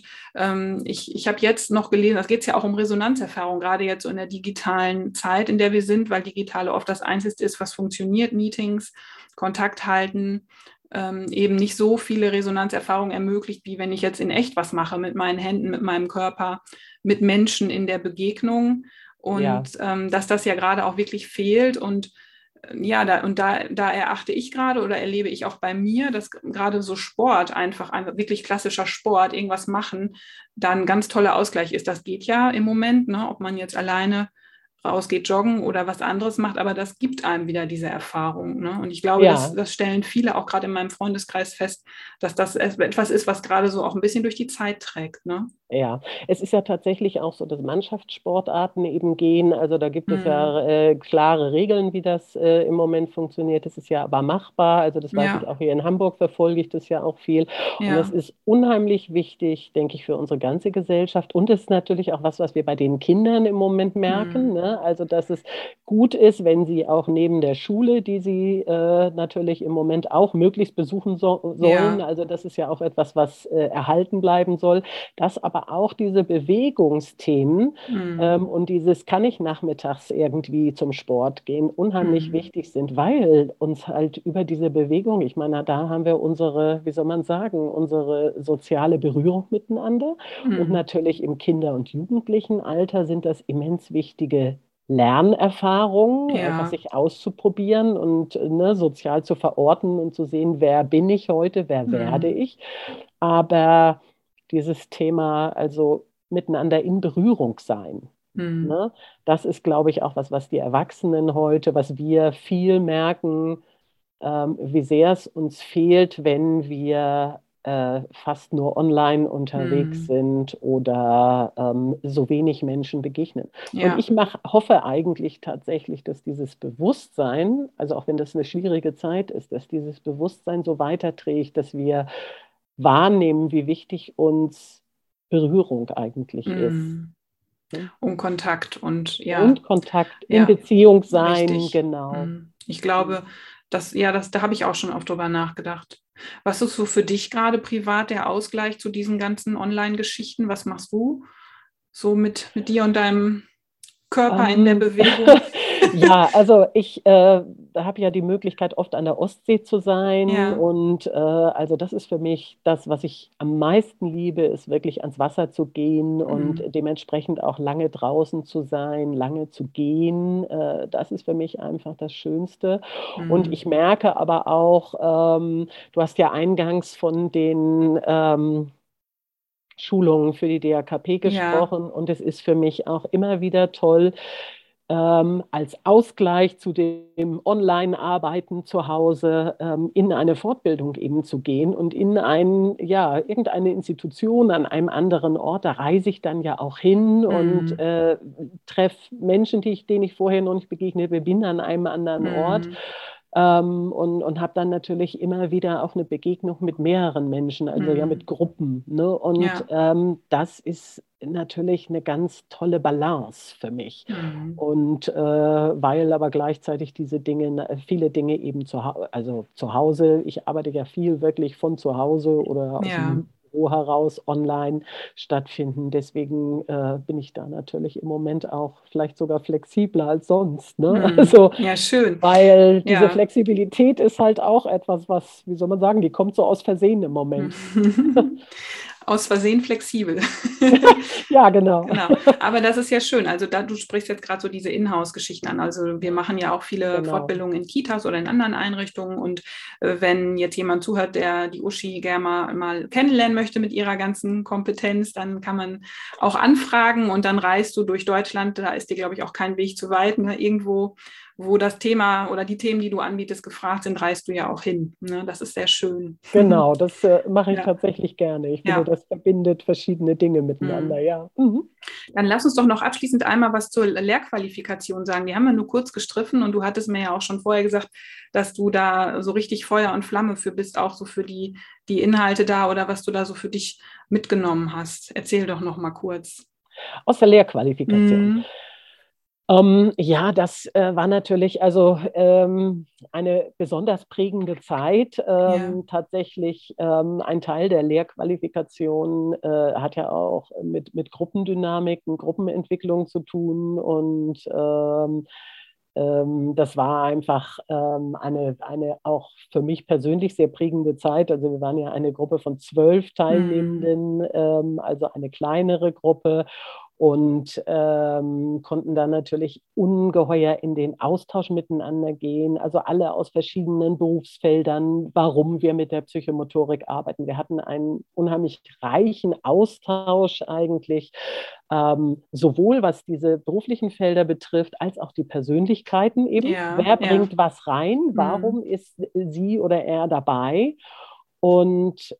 [SPEAKER 1] ich habe jetzt noch gelesen, es geht ja auch um Resonanzerfahrung, gerade jetzt so in der digitalen Zeit, in der wir sind, weil digitale oft das Einzige ist, was funktioniert, Meetings, Kontakt halten, eben nicht so viele Resonanzerfahrungen ermöglicht, wie wenn ich jetzt in echt was mache mit meinen Händen, mit meinem Körper, mit Menschen in der Begegnung.
[SPEAKER 2] Ja.
[SPEAKER 1] Und dass das ja gerade auch wirklich fehlt und ja, da erachte ich gerade oder erlebe ich auch bei mir, dass gerade so Sport, einfach ein wirklich klassischer Sport, irgendwas machen, dann ein ganz toller Ausgleich ist. Das geht ja im Moment, ne, ob man jetzt alleine rausgeht, joggen oder was anderes macht, aber das gibt einem wieder diese Erfahrung. Ne? Und ich glaube,
[SPEAKER 2] Ja,
[SPEAKER 1] das stellen viele auch gerade in meinem Freundeskreis fest, dass das etwas ist, was gerade so auch ein bisschen durch die Zeit trägt. Ne?
[SPEAKER 2] ja. Es ist ja tatsächlich auch so, dass Mannschaftssportarten eben gehen. Also da gibt es
[SPEAKER 1] Mm,
[SPEAKER 2] ja klare Regeln, wie das im Moment funktioniert. Das ist ja aber machbar. Also das weiß ich
[SPEAKER 1] ja,
[SPEAKER 2] auch hier in Hamburg, verfolge ich das ja auch viel. Und das
[SPEAKER 1] ja,
[SPEAKER 2] ist unheimlich wichtig, denke ich, für unsere ganze Gesellschaft. Und es ist natürlich auch was, was wir bei den Kindern im Moment merken.
[SPEAKER 1] mm,
[SPEAKER 2] Ne? Also dass es gut ist, wenn sie auch neben der Schule, die sie natürlich im Moment auch möglichst besuchen sollen.
[SPEAKER 1] ja,
[SPEAKER 2] Also das ist ja auch etwas, was erhalten bleiben soll, dass aber auch diese Bewegungsthemen
[SPEAKER 1] mm,
[SPEAKER 2] und dieses kann ich nachmittags irgendwie zum Sport gehen, unheimlich
[SPEAKER 1] mm,
[SPEAKER 2] wichtig sind, weil uns halt über diese Bewegung, ich meine, da haben wir unsere, wie soll man sagen, unsere soziale Berührung miteinander und
[SPEAKER 1] mm,
[SPEAKER 2] natürlich im Kinder- und Jugendlichenalter sind das immens wichtige Lernerfahrungen, einfach
[SPEAKER 1] ja.
[SPEAKER 2] sich auszuprobieren und ne, sozial zu verorten und zu sehen, wer bin ich heute, wer werde
[SPEAKER 1] Mm,
[SPEAKER 2] ich. Aber dieses Thema, also miteinander in Berührung sein,
[SPEAKER 1] mm,
[SPEAKER 2] ne, das ist, glaube ich, auch was, was die Erwachsenen heute, was wir viel merken, wie sehr es uns fehlt, wenn wir fast nur online unterwegs
[SPEAKER 1] mm.
[SPEAKER 2] sind oder so wenig Menschen begegnen. Und
[SPEAKER 1] Ja.
[SPEAKER 2] ich hoffe eigentlich tatsächlich, dass dieses Bewusstsein, also auch wenn das eine schwierige Zeit ist, dass dieses Bewusstsein so weiterträgt, dass wir wahrnehmen, wie wichtig uns Berührung eigentlich ist.
[SPEAKER 1] Mm.
[SPEAKER 2] Ne?
[SPEAKER 1] Um Kontakt und
[SPEAKER 2] Und
[SPEAKER 1] ja,
[SPEAKER 2] Kontakt in
[SPEAKER 1] ja,
[SPEAKER 2] Beziehung sein,
[SPEAKER 1] richtig.
[SPEAKER 2] genau.
[SPEAKER 1] Mm. Ich glaube, da habe ich auch schon oft drüber nachgedacht. Was ist so für dich gerade privat der Ausgleich zu diesen ganzen Online-Geschichten? Was machst du so mit dir und deinem Körper in der
[SPEAKER 2] Ähm,
[SPEAKER 1] Bewegung?
[SPEAKER 2] ja, also ich habe ja die Möglichkeit, oft an der Ostsee zu sein
[SPEAKER 1] Ja.
[SPEAKER 2] und also das ist für mich das, was ich am meisten liebe, ist wirklich ans Wasser zu gehen und
[SPEAKER 1] Mhm.
[SPEAKER 2] dementsprechend auch lange draußen zu sein, lange zu gehen. Das ist für mich einfach das Schönste. Und
[SPEAKER 1] Mhm.
[SPEAKER 2] ich merke aber auch, du hast ja eingangs von den Schulungen für die DAKP
[SPEAKER 1] Ja.
[SPEAKER 2] gesprochen und es ist für mich auch immer wieder toll, als Ausgleich zu dem Online-Arbeiten zu Hause in eine Fortbildung eben zu gehen und in ja, irgendeine Institution an einem anderen Ort. Da reise ich dann ja auch hin und
[SPEAKER 1] Mhm.
[SPEAKER 2] treffe Menschen, denen ich vorher noch nicht begegnet bin, an einem anderen Ort.
[SPEAKER 1] Mhm.
[SPEAKER 2] Und habe dann natürlich immer wieder auch eine Begegnung mit mehreren Menschen, also ja mit
[SPEAKER 1] Mhm.
[SPEAKER 2] Gruppen. Ne? Und
[SPEAKER 1] Ja.
[SPEAKER 2] das ist natürlich eine ganz tolle Balance für mich.
[SPEAKER 1] Mhm.
[SPEAKER 2] Und weil aber gleichzeitig viele Dinge eben also zu Hause, ich arbeite ja viel wirklich von zu Hause oder aus
[SPEAKER 1] Ja.
[SPEAKER 2] dem Büro heraus online stattfinden. Deswegen bin ich da natürlich im Moment auch vielleicht sogar flexibler als sonst. Ne?
[SPEAKER 1] Mhm.
[SPEAKER 2] Also,
[SPEAKER 1] Ja, schön.
[SPEAKER 2] weil diese
[SPEAKER 1] Ja.
[SPEAKER 2] Flexibilität ist halt auch etwas, was, wie soll man sagen, die kommt so aus Versehen im Moment.
[SPEAKER 1] Aus Versehen flexibel.
[SPEAKER 2] Ja, genau.
[SPEAKER 1] Genau, aber das ist ja schön. Also du sprichst jetzt gerade so diese Inhouse-Geschichten an. Also wir machen ja auch viele
[SPEAKER 2] Genau.
[SPEAKER 1] Fortbildungen in Kitas oder in anderen Einrichtungen. Und wenn jetzt jemand zuhört, der die Uschi gerne mal kennenlernen möchte mit ihrer ganzen Kompetenz, dann kann man auch anfragen und dann reist du durch Deutschland. Da ist dir, glaube ich, auch kein Weg zu weit. Ne? Irgendwo, wo das Thema oder die Themen, die du anbietest, gefragt sind, reist du ja auch hin. Ne? Das ist sehr schön.
[SPEAKER 2] Genau, das mache ich
[SPEAKER 1] Ja,
[SPEAKER 2] tatsächlich gerne. Ich finde,
[SPEAKER 1] ja.
[SPEAKER 2] das verbindet verschiedene Dinge miteinander,
[SPEAKER 1] Mhm.
[SPEAKER 2] ja. Mhm.
[SPEAKER 1] Dann lass uns doch noch abschließend einmal was zur Lehrqualifikation sagen. Die haben wir nur kurz gestriffen und du hattest mir ja auch schon vorher gesagt, dass du da so richtig Feuer und Flamme für bist, auch so für die Inhalte da oder was du da so für dich mitgenommen hast. Erzähl doch noch mal kurz.
[SPEAKER 2] Aus der Lehrqualifikation.
[SPEAKER 1] Mhm.
[SPEAKER 2] Ja, das war natürlich also eine besonders prägende Zeit.
[SPEAKER 1] Ja.
[SPEAKER 2] Tatsächlich ein Teil der Lehrqualifikation hat ja auch mit Gruppendynamiken, Gruppenentwicklung zu tun und das war einfach eine auch für mich persönlich sehr prägende Zeit. Also wir waren ja eine Gruppe von 12
[SPEAKER 1] Mhm.
[SPEAKER 2] Teilnehmenden, also eine kleinere Gruppe und konnten dann natürlich ungeheuer in den Austausch miteinander gehen, also alle aus verschiedenen Berufsfeldern, warum wir mit der Psychomotorik arbeiten. Wir hatten einen unheimlich reichen Austausch eigentlich, sowohl was diese beruflichen Felder betrifft, als auch die Persönlichkeiten eben.
[SPEAKER 1] Ja,
[SPEAKER 2] Wer
[SPEAKER 1] ja.
[SPEAKER 2] bringt was rein?
[SPEAKER 1] Mhm.
[SPEAKER 2] Warum ist sie oder er dabei? Und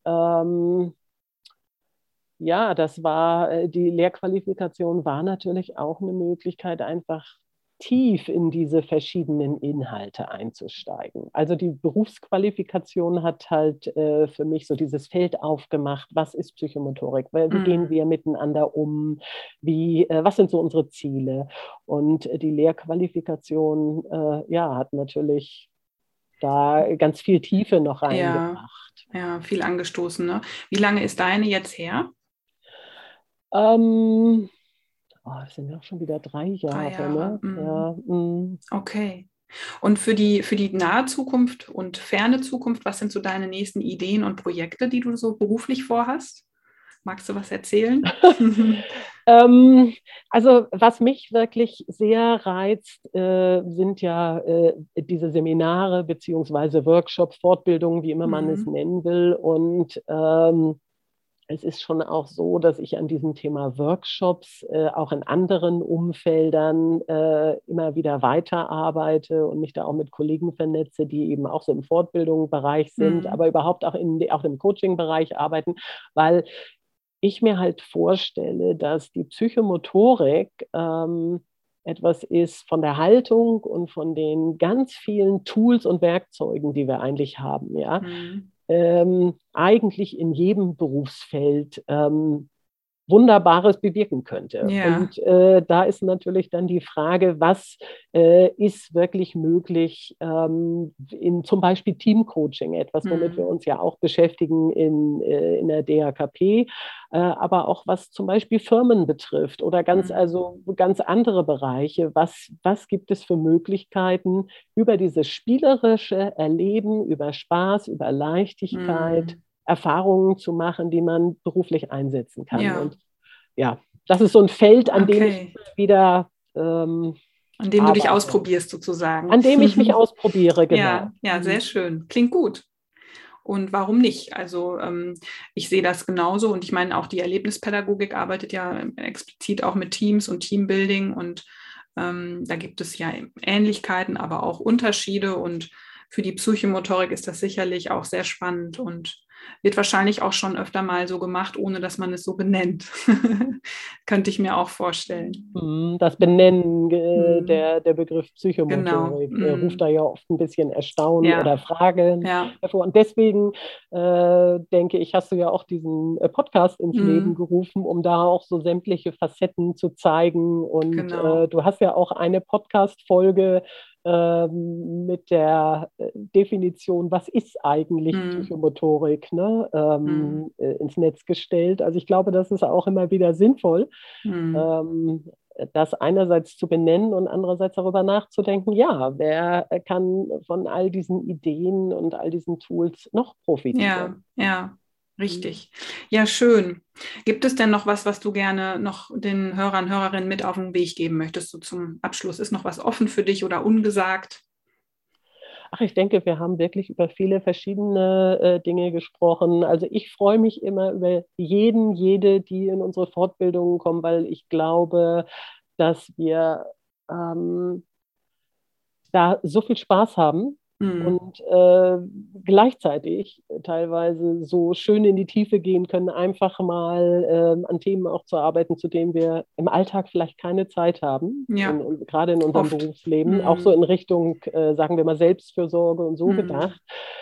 [SPEAKER 2] ja, die Lehrqualifikation war natürlich auch eine Möglichkeit, einfach tief in diese verschiedenen Inhalte einzusteigen. Also die Berufsqualifikation hat halt für mich so dieses Feld aufgemacht, was ist Psychomotorik, wie gehen
[SPEAKER 1] Mhm.
[SPEAKER 2] wir miteinander um, was sind so unsere Ziele. Und die Lehrqualifikation ja, hat natürlich da ganz viel Tiefe noch
[SPEAKER 1] Ja,
[SPEAKER 2] reingebracht.
[SPEAKER 1] ja, viel angestoßen, ne? Wie lange ist deine jetzt her?
[SPEAKER 2] Ähm, das sind ja auch schon wieder 3 Jahre,
[SPEAKER 1] 3 Jahre.
[SPEAKER 2] ne?
[SPEAKER 1] Mhm.
[SPEAKER 2] Ja, mm.
[SPEAKER 1] Okay. Und für die nahe Zukunft und ferne Zukunft, was sind so deine nächsten Ideen und Projekte, die du so beruflich vorhast? Magst du was erzählen?
[SPEAKER 2] Ähm, also was mich wirklich sehr reizt, sind ja diese Seminare beziehungsweise Workshops, Fortbildungen, wie immer man es
[SPEAKER 1] Mhm.
[SPEAKER 2] nennen will. Und es ist schon auch so, dass ich an diesem Thema Workshops auch in anderen Umfeldern immer wieder weiterarbeite und mich da auch mit Kollegen vernetze, die eben auch so im Fortbildungsbereich sind,
[SPEAKER 1] Mhm.
[SPEAKER 2] aber überhaupt auch im Coaching-Bereich arbeiten, weil ich mir halt vorstelle, dass die Psychomotorik etwas ist von der Haltung und von den ganz vielen Tools und Werkzeugen, die wir eigentlich haben, ja,
[SPEAKER 1] Mhm.
[SPEAKER 2] eigentlich in jedem Berufsfeld Wunderbares bewirken könnte.
[SPEAKER 1] Ja.
[SPEAKER 2] Und da ist natürlich dann die Frage, was ist wirklich möglich in zum Beispiel Teamcoaching, etwas, womit wir uns ja auch beschäftigen in der DHKP, aber auch was zum Beispiel Firmen betrifft oder ganz andere Bereiche. Was gibt es für Möglichkeiten über dieses spielerische Erleben, über Spaß, über Leichtigkeit, Erfahrungen zu machen, die man beruflich einsetzen kann.
[SPEAKER 1] Ja.
[SPEAKER 2] Und ja, das ist so ein Feld, an dem ich wieder
[SPEAKER 1] an dem du dich ausprobierst sozusagen.
[SPEAKER 2] An dem ich mich ausprobiere, genau.
[SPEAKER 1] Ja, sehr schön. Klingt gut. Und warum nicht? Also ich sehe das genauso und ich meine auch die Erlebnispädagogik arbeitet ja explizit auch mit Teams und Teambuilding und da gibt es ja Ähnlichkeiten, aber auch Unterschiede und für die Psychomotorik ist das sicherlich auch sehr spannend und wird wahrscheinlich auch schon öfter mal so gemacht, ohne dass man es so benennt. Könnte ich mir auch vorstellen.
[SPEAKER 2] Das Benennen der Begriff Psychomotorik ruft da ja oft ein bisschen Erstaunen oder Fragen hervor. Und deswegen denke ich, hast du ja auch diesen Podcast ins Leben gerufen, um da auch so sämtliche Facetten zu zeigen. Und du hast ja auch eine Podcast-Folge mit der Definition, was ist eigentlich Psychomotorik, ins Netz gestellt. Also ich glaube, das ist auch immer wieder sinnvoll, das einerseits zu benennen und andererseits darüber nachzudenken, ja, wer kann von all diesen Ideen und all diesen Tools noch profitieren?
[SPEAKER 1] Ja. Richtig. Ja, schön. Gibt es denn noch was du gerne noch den Hörern, Hörerinnen mit auf den Weg geben möchtest? So zum Abschluss, ist noch was offen für dich oder ungesagt?
[SPEAKER 2] Ach, ich denke, wir haben wirklich über viele verschiedene Dinge gesprochen. Also ich freue mich immer über jede, die in unsere Fortbildungen kommen, weil ich glaube, dass wir da so viel Spaß haben. Und gleichzeitig teilweise so schön in die Tiefe gehen können, einfach mal an Themen auch zu arbeiten, zu denen wir im Alltag vielleicht keine Zeit haben, gerade in unserem Berufsleben, auch so in Richtung, sagen wir mal, Selbstfürsorge und so gedacht.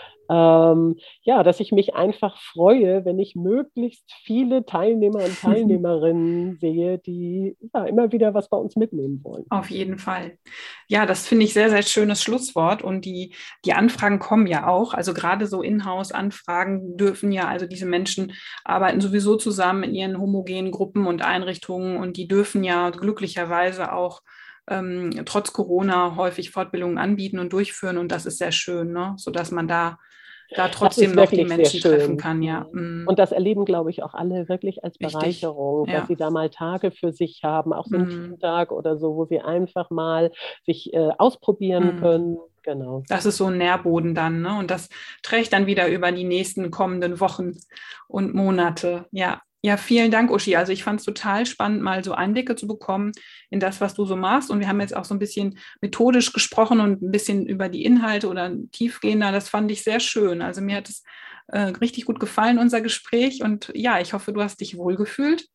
[SPEAKER 2] Dass ich mich einfach freue, wenn ich möglichst viele Teilnehmer und Teilnehmerinnen sehe, die immer wieder was bei uns mitnehmen wollen.
[SPEAKER 1] Auf jeden Fall. Ja, das finde ich sehr, sehr schönes Schlusswort und die Anfragen kommen ja auch, also gerade so Inhouse-Anfragen dürfen ja, also diese Menschen arbeiten sowieso zusammen in ihren homogenen Gruppen und Einrichtungen und die dürfen ja glücklicherweise auch trotz Corona häufig Fortbildungen anbieten und durchführen und das ist sehr schön, ne? Sodass man da trotzdem noch die Menschen treffen kann. Ja.
[SPEAKER 2] Und das erleben, glaube ich, auch alle wirklich als Bereicherung, dass sie da mal Tage für sich haben, auch so einen Teamtag oder so, wo sie einfach mal sich ausprobieren können. Genau.
[SPEAKER 1] Das ist so ein Nährboden dann, ne? Und das trägt dann wieder über die nächsten kommenden Wochen und Monate. Ja, vielen Dank, Uschi. Also ich fand es total spannend, mal so Einblicke zu bekommen in das, was du so machst. Und wir haben jetzt auch so ein bisschen methodisch gesprochen und ein bisschen über die Inhalte oder tiefgehender. Das fand ich sehr schön. Also mir hat es richtig gut gefallen, unser Gespräch. Und ja, ich hoffe, du hast dich wohlgefühlt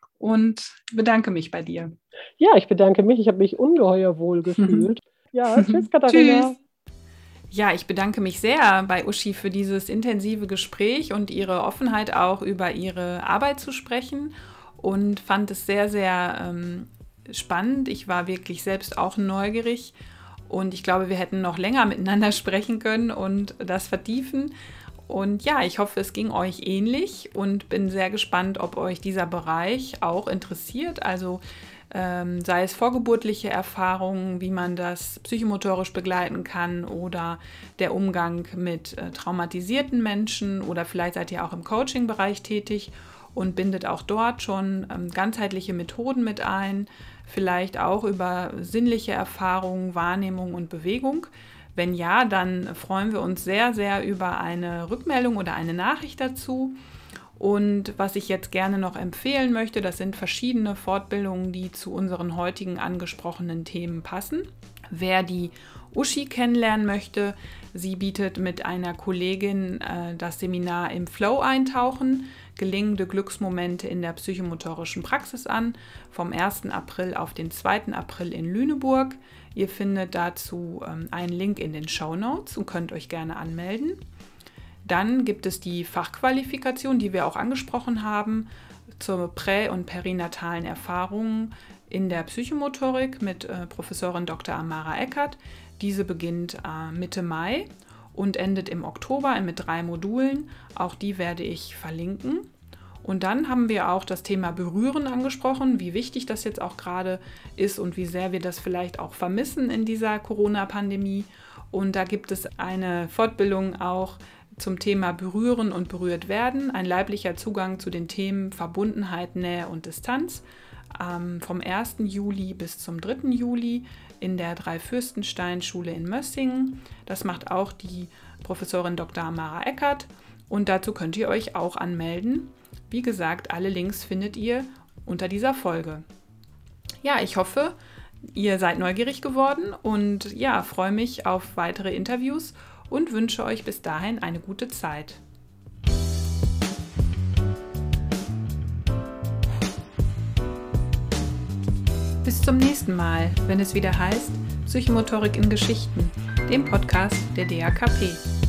[SPEAKER 1] und bedanke mich bei dir.
[SPEAKER 2] Ja, ich bedanke mich. Ich habe mich ungeheuer wohlgefühlt. Ja, tschüss, Katharina.
[SPEAKER 1] Tschüss. Ja, ich bedanke mich sehr bei Uschi für dieses intensive Gespräch und ihre Offenheit auch über ihre Arbeit zu sprechen und fand es sehr, sehr spannend. Ich war wirklich selbst auch neugierig und ich glaube, wir hätten noch länger miteinander sprechen können und das vertiefen. Und ja, ich hoffe, es ging euch ähnlich und bin sehr gespannt, ob euch dieser Bereich auch interessiert. Also sei es vorgeburtliche Erfahrungen, wie man das psychomotorisch begleiten kann oder der Umgang mit traumatisierten Menschen oder vielleicht seid ihr auch im Coaching-Bereich tätig und bindet auch dort schon ganzheitliche Methoden mit ein, vielleicht auch über sinnliche Erfahrungen, Wahrnehmung und Bewegung. Wenn ja, dann freuen wir uns sehr, sehr über eine Rückmeldung oder eine Nachricht dazu. Und was ich jetzt gerne noch empfehlen möchte, das sind verschiedene Fortbildungen, die zu unseren heutigen angesprochenen Themen passen. Wer die Uschi kennenlernen möchte, sie bietet mit einer Kollegin das Seminar im Flow eintauchen, gelingende Glücksmomente in der psychomotorischen Praxis an, vom 1. April auf den 2. April in Lüneburg. Ihr findet dazu einen Link in den Shownotes und könnt euch gerne anmelden. Dann gibt es die Fachqualifikation, die wir auch angesprochen haben, zur prä- und perinatalen Erfahrungen in der Psychomotorik mit Professorin Dr. Amara Eckert. Diese beginnt Mitte Mai und endet im Oktober mit 3 Modulen. Auch die werde ich verlinken. Und dann haben wir auch das Thema Berühren angesprochen, wie wichtig das jetzt auch gerade ist und wie sehr wir das vielleicht auch vermissen in dieser Corona-Pandemie. Und da gibt es eine Fortbildung auch zum Thema Berühren und berührt werden, ein leiblicher Zugang zu den Themen Verbundenheit, Nähe und Distanz. Vom 1. Juli bis zum 3. Juli in der Dreifürstenstein-Schule in Mössingen. Das macht auch die Professorin Dr. Amara Eckert und dazu könnt ihr euch auch anmelden. Wie gesagt, alle Links findet ihr unter dieser Folge. Ja, ich hoffe, ihr seid neugierig geworden und ja, freue mich auf weitere Interviews und wünsche euch bis dahin eine gute Zeit. Bis zum nächsten Mal, wenn es wieder heißt Psychomotorik in Geschichten, dem Podcast der DAKP.